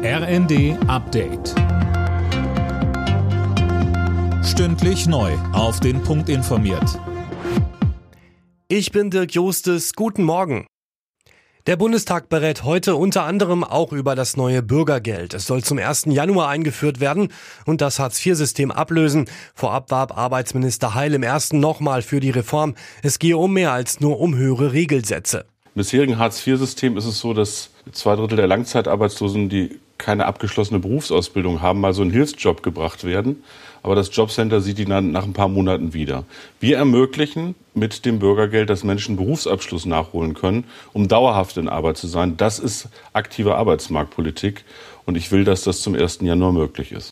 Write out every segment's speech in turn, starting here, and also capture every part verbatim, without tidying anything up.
R N D Update. Stündlich neu auf den Punkt informiert. Ich bin Dirk Jostes. Guten Morgen. Der Bundestag berät heute unter anderem auch über das neue Bürgergeld. Es soll zum ersten Januar eingeführt werden und das Hartz vier System ablösen. Vorab warb Arbeitsminister Heil im ersten nochmal für die Reform. Es gehe um mehr als nur um höhere Regelsätze. Im bisherigen Hartz vier System ist es so, dass zwei Drittel der Langzeitarbeitslosen, die keine abgeschlossene Berufsausbildung haben, mal so einen Hilfsjob gebracht werden. Aber das Jobcenter sieht die dann nach ein paar Monaten wieder. Wir ermöglichen mit dem Bürgergeld, dass Menschen Berufsabschluss nachholen können, um dauerhaft in Arbeit zu sein. Das ist aktive Arbeitsmarktpolitik und ich will, dass das zum ersten Januar möglich ist.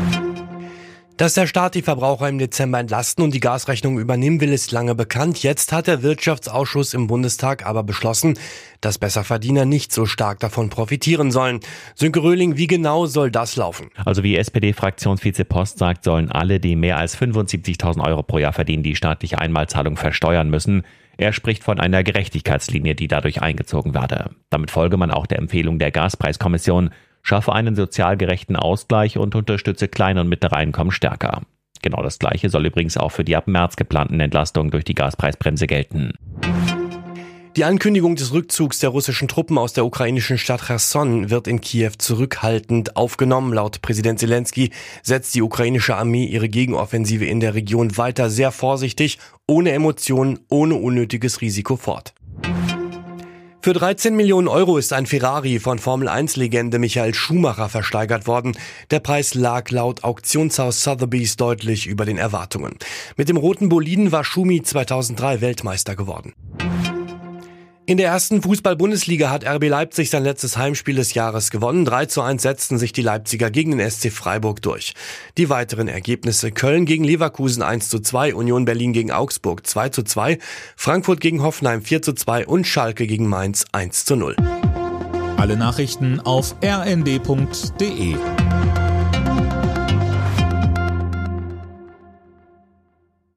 Dass der Staat die Verbraucher im Dezember entlasten und die Gasrechnung übernehmen will, ist lange bekannt. Jetzt hat der Wirtschaftsausschuss im Bundestag aber beschlossen, dass Besserverdiener nicht so stark davon profitieren sollen. Sönke Röhling, wie genau soll das laufen? Also wie S P D-Fraktionsvize Post sagt, sollen alle, die mehr als fünfundsiebzigtausend Euro pro Jahr verdienen, die staatliche Einmalzahlung versteuern müssen. Er spricht von einer Gerechtigkeitslinie, die dadurch eingezogen werde. Damit folge man auch der Empfehlung der Gaspreiskommission, schaffe einen sozial gerechten Ausgleich und unterstütze kleine und mittlere Einkommen stärker. Genau das Gleiche soll übrigens auch für die ab März geplanten Entlastungen durch die Gaspreisbremse gelten. Die Ankündigung des Rückzugs der russischen Truppen aus der ukrainischen Stadt Cherson wird in Kiew zurückhaltend aufgenommen. Laut Präsident Zelensky setzt die ukrainische Armee ihre Gegenoffensive in der Region weiter sehr vorsichtig, ohne Emotionen, ohne unnötiges Risiko fort. Für dreizehn Millionen Euro ist ein Ferrari von Formel eins Legende Michael Schumacher versteigert worden. Der Preis lag laut Auktionshaus Sotheby's deutlich über den Erwartungen. Mit dem roten Boliden war Schumi zweitausenddrei Weltmeister geworden. In der ersten Fußball-Bundesliga hat R B Leipzig sein letztes Heimspiel des Jahres gewonnen. drei zu eins setzten sich die Leipziger gegen den S C Freiburg durch. Die weiteren Ergebnisse: Köln gegen Leverkusen eins zu zwei, Union Berlin gegen Augsburg zwei zu zwei, Frankfurt gegen Hoffenheim vier zu zwei und Schalke gegen Mainz eins zu null. Alle Nachrichten auf r n d punkt d e.